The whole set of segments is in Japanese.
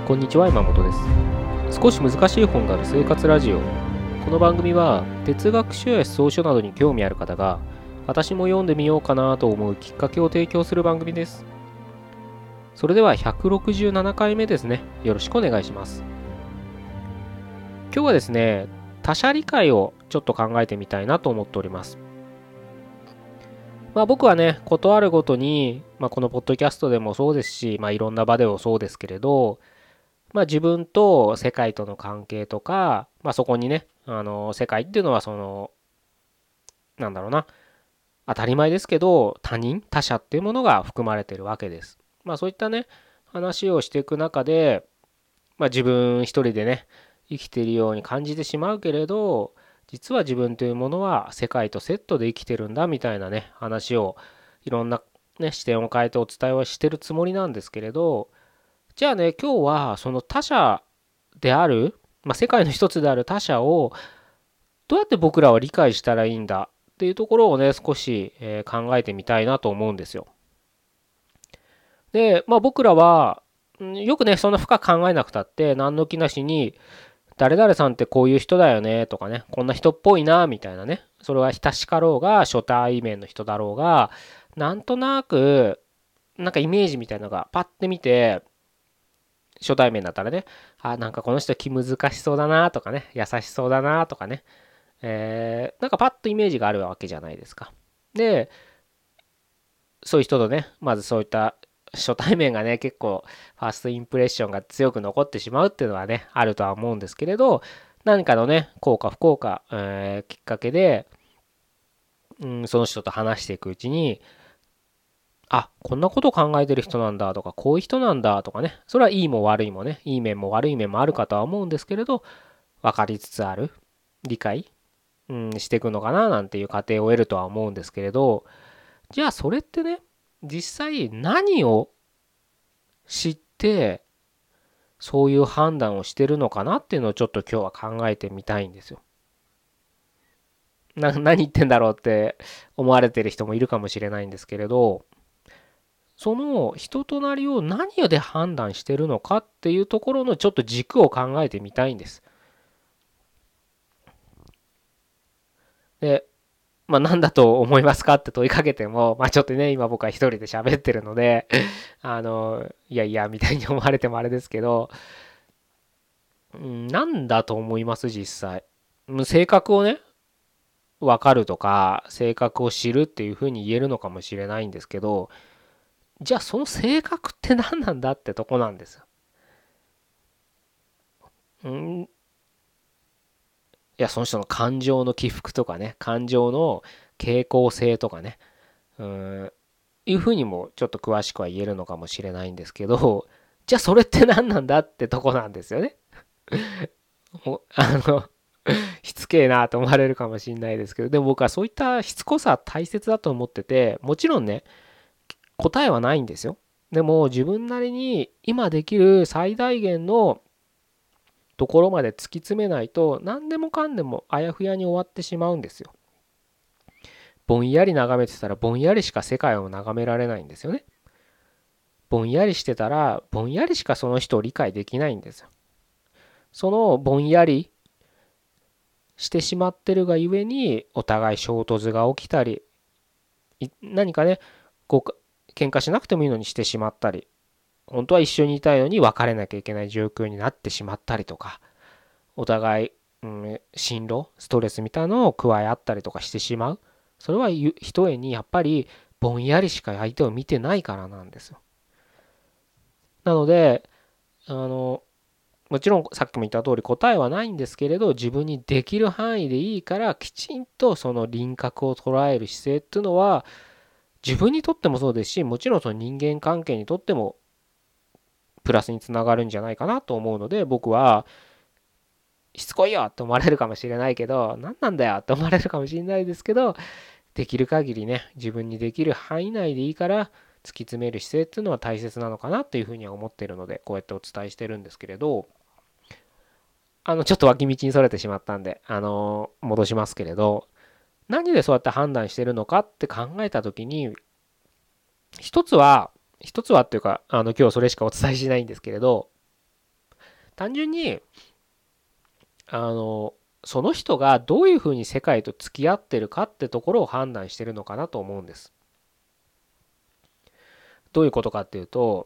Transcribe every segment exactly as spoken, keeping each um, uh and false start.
こんにちは、山本です。少し難しい本がある生活ラジオ。この番組は哲学書や思想書などに興味ある方が私も読んでみようかなと思うきっかけを提供する番組です。それではひゃくろくじゅうななかいめですね。よろしくお願いします。今日はですね、他者理解をちょっと考えてみたいなと思っております。まあ僕はね、ことあるごとに、まあこのポッドキャストでもそうですし、まあいろんな場でもそうですけれど、まあ自分と世界との関係とか、まあそこにね、あの、世界っていうのはその、なんだろうな、当たり前ですけど、他人、他者っていうものが含まれてるわけです。まあそういったね、話をしていく中で、まあ自分一人でね、生きているように感じてしまうけれど、実は自分というものは世界とセットで生きてるんだみたいなね、話をいろんなね、視点を変えてお伝えはしてるつもりなんですけれど、じゃあね、今日はその他者である、まあ、世界の一つである他者をどうやって僕らは理解したらいいんだっていうところをね、少し、えー考えてみたいなと思うんですよ。で、まあ僕らは、んよくね、そんな深く考えなくたって、何の気なしに、誰々さんってこういう人だよねとかね、こんな人っぽいなみたいなね、それは親しかろうが、初対面の人だろうが、なんとなく、なんかイメージみたいなのがパッて見て、初対面だったらね、あ、なんかこの人気難しそうだなとかね、優しそうだなとかね、えー、なんかパッとイメージがあるわけじゃないですか。で、そういう人とね、まずそういった初対面がね、結構ファーストインプレッションが強く残ってしまうっていうのはね、あるとは思うんですけれど、何かのね、効果不効果、えーきっかけで、うん、その人と話していくうちに、あ、こんなこと考えてる人なんだとか、こういう人なんだとかね、それはいいも悪いもね、いい面も悪い面もあるかとは思うんですけれど、分かりつつある、理解、うん、していくのかななんていう過程を得るとは思うんですけれど、じゃあそれってね、実際何を知ってそういう判断をしてるのかなっていうのをちょっと今日は考えてみたいんですよ。な、何言ってんだろうって思われてる人もいるかもしれないんですけれど、その人となりを何で判断してるのかっていうところのちょっと軸を考えてみたいんです。で、まあ何だと思いますかって問いかけても、まあちょっとね、今僕は一人で喋ってるので、あの、いやいやみたいに思われてもあれですけど、うん、なんだと思います実際。うん性格をね、わかるとか、性格を知るっていうふうに言えるのかもしれないんですけど、じゃあその性格って何なんだってとこなんですよ。うんいや、その人の感情の起伏とかね、感情の傾向性とかね、うーん、いうふうにもちょっと詳しくは言えるのかもしれないんですけど、じゃあそれって何なんだってとこなんですよね。もあの、しつけえなと思われるかもしれないですけど、でも僕はそういったしつこさ大切だと思ってて、もちろんね、答えはないんですよ。でも自分なりに今できる最大限のところまで突き詰めないと何でもかんでもあやふやに終わってしまうんですよ。ぼんやり眺めてたらぼんやりしか世界を眺められないんですよね。ぼんやりしてたらぼんやりしかその人を理解できないんですよ。そのぼんやりしてしまってるがゆえにお互い衝突が起きたり何かねこう喧嘩しなくてもいいのにしてしまったり本当は一緒にいたいのに別れなきゃいけない状況になってしまったりとかお互い、うん、心労ストレスみたいなのを加え合ったりとかしてしまうそれはひとえにやっぱりぼんやりしか相手を見てないからなんですよ。なのであのもちろんさっきも言った通り答えはないんですけれど自分にできる範囲でいいからきちんとその輪郭を捉える姿勢っていうのは自分にとってもそうですしもちろんその人間関係にとってもプラスにつながるんじゃないかなと思うので僕はしつこいよって思われるかもしれないけど何なんだよって思われるかもしれないですけどできる限りね自分にできる範囲内でいいから突き詰める姿勢っていうのは大切なのかなというふうには思っているのでこうやってお伝えしてるんですけれどあのちょっと脇道にそれてしまったんであの戻しますけれど何でそうやって判断してるのかって考えた時に一つは一つはっていうかあの今日それしかお伝えしないんですけれど単純にあのその人がどういうふうに世界と付き合ってるかってところを判断してるのかなと思うんです。どういうことかっていうと、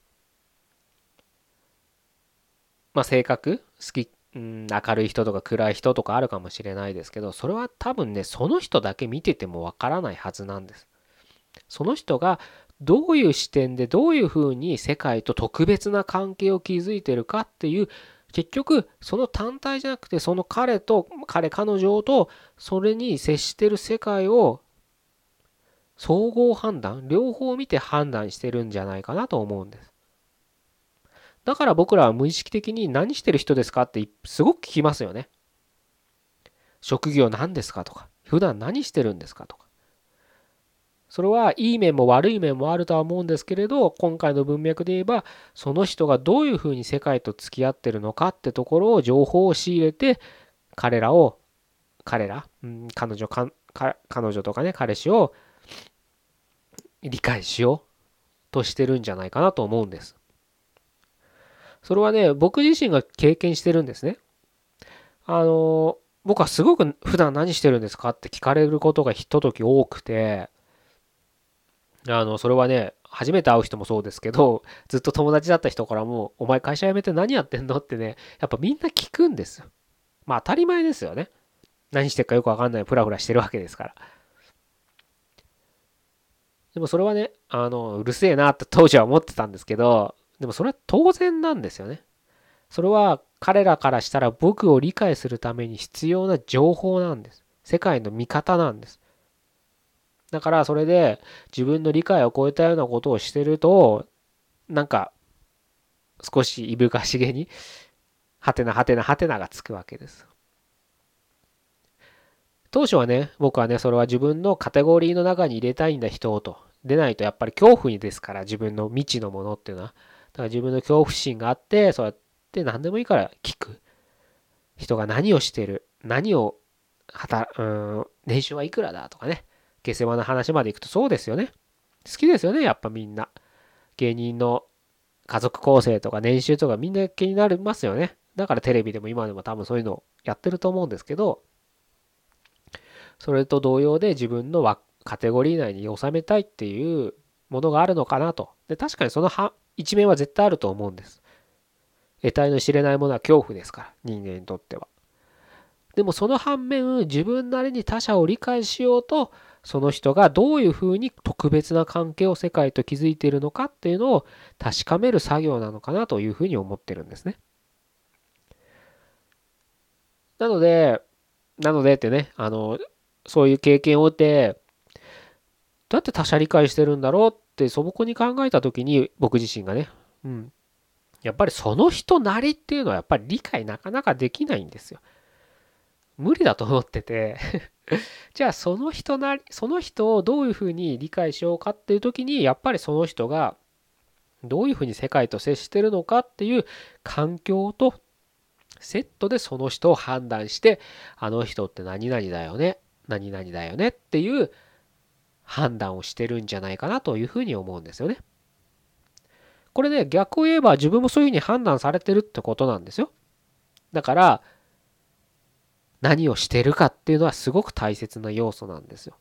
まあ性格好き、うん、明るい人とか暗い人とかあるかもしれないですけど、それは多分ね、その人だけ見ててもわからないはずなんです。その人がどういう視点でどういうふうに世界と特別な関係を築いてるかっていう、結局その単体じゃなくて、その彼と彼彼女とそれに接してる世界を総合判断、両方見て判断してるんじゃないかなと思うんです。だから僕らは無意識的に何してる人ですかってすごく聞きますよね。職業何ですかとか、普段何してるんですかとか。それはいい面も悪い面もあるとは思うんですけれど、今回の文脈で言えば、その人がどういうふうに世界と付き合ってるのかってところを情報を仕入れて、彼らを、彼ら、うん、彼女か、彼女とかね、彼氏を理解しようとしてるんじゃないかなと思うんです。それはね、僕自身が経験してるんですね。あの、僕はすごく普段何してるんですかって聞かれることがひととき多くて、あの、それはね、初めて会う人もそうですけど、ずっと友達だった人からも、お前会社辞めて何やってんのってね、やっぱみんな聞くんですよ。まあ当たり前ですよね。何してるかよくわかんない、プラプラしてるわけですから。でもそれはね、あの、うるせえなって当時は思ってたんですけど、でもそれは当然なんですよね。それは彼らからしたら僕を理解するために必要な情報なんです。世界の見方なんです。だからそれで自分の理解を超えたようなことをしてると、なんか少しいぶかしげに、はてなはてなはてながつくわけです。当初はね、僕はね、それは自分のカテゴリーの中に入れたいんだ人をと。でないとやっぱり恐怖にですから、自分の未知のものっていうのは。だから自分の恐怖心があって、そうやって何でもいいから聞く。人が何をしてる、何をはた、うん、年収はいくらだとかね。下世話な話までいくとそうですよね。好きですよね、やっぱみんな。芸人の家族構成とか年収とかみんな気になりますよね。だからテレビでも今でも多分そういうのやってると思うんですけど、それと同様で自分のカテゴリー内に収めたいっていうものがあるのかなと。で、確かにその一面は絶対あると思うんです。得体の知れないものは恐怖ですから、人間にとっては。でもその反面、自分なりに他者を理解しようと、その人がどういうふうに特別な関係を世界と築いているのかっていうのを確かめる作業なのかなというふうに思ってるんですね。なので、なのでってね、あの、そういう経験を得て、どうやって他者理解してるんだろうって素朴に考えた時に僕自身がね、うん、やっぱりその人なりっていうのはやっぱり理解なかなかできないんですよ。無理だと思っててじゃあその人なり、その人をどういうふうに理解しようかっていう時に、やっぱりその人がどういうふうに世界と接してるのかっていう環境とセットでその人を判断して、あの人って何々だよね、何々だよねっていう判断をしてるんじゃないかなというふうに思うんですよね。これね、逆を言えば自分もそういうふうに判断されてるってことなんですよ。だから何をしてるかっていうのはすごく大切な要素なんですよ。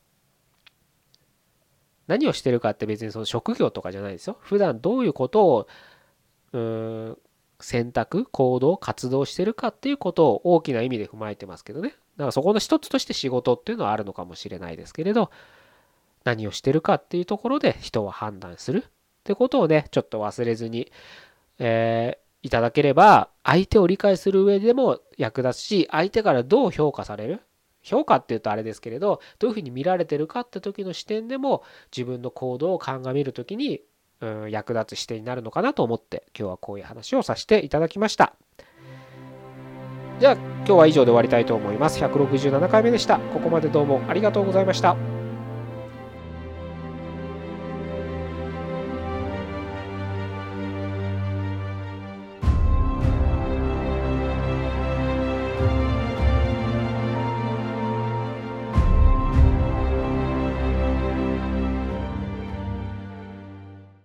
何をしてるかって別にその職業とかじゃないですよ。普段どういうことをうーん選択、行動、活動してるかっていうことを大きな意味で踏まえてますけどね。だからそこの一つとして仕事っていうのはあるのかもしれないですけれど、何をしてるかっていうところで人は判断するってことをね、ちょっと忘れずに、えーいただければ、相手を理解する上でも役立つし、相手からどう評価される、評価っていうとあれですけれど、どういうふうに見られてるかって時の視点でも、自分の行動を鑑みるときに、うん、役立つ視点になるのかなと思って、今日はこういう話をさせていただきました。じゃあ今日は以上で終わりたいと思います。ひゃくろくじゅうななかいめでした。ここまでどうもありがとうございました。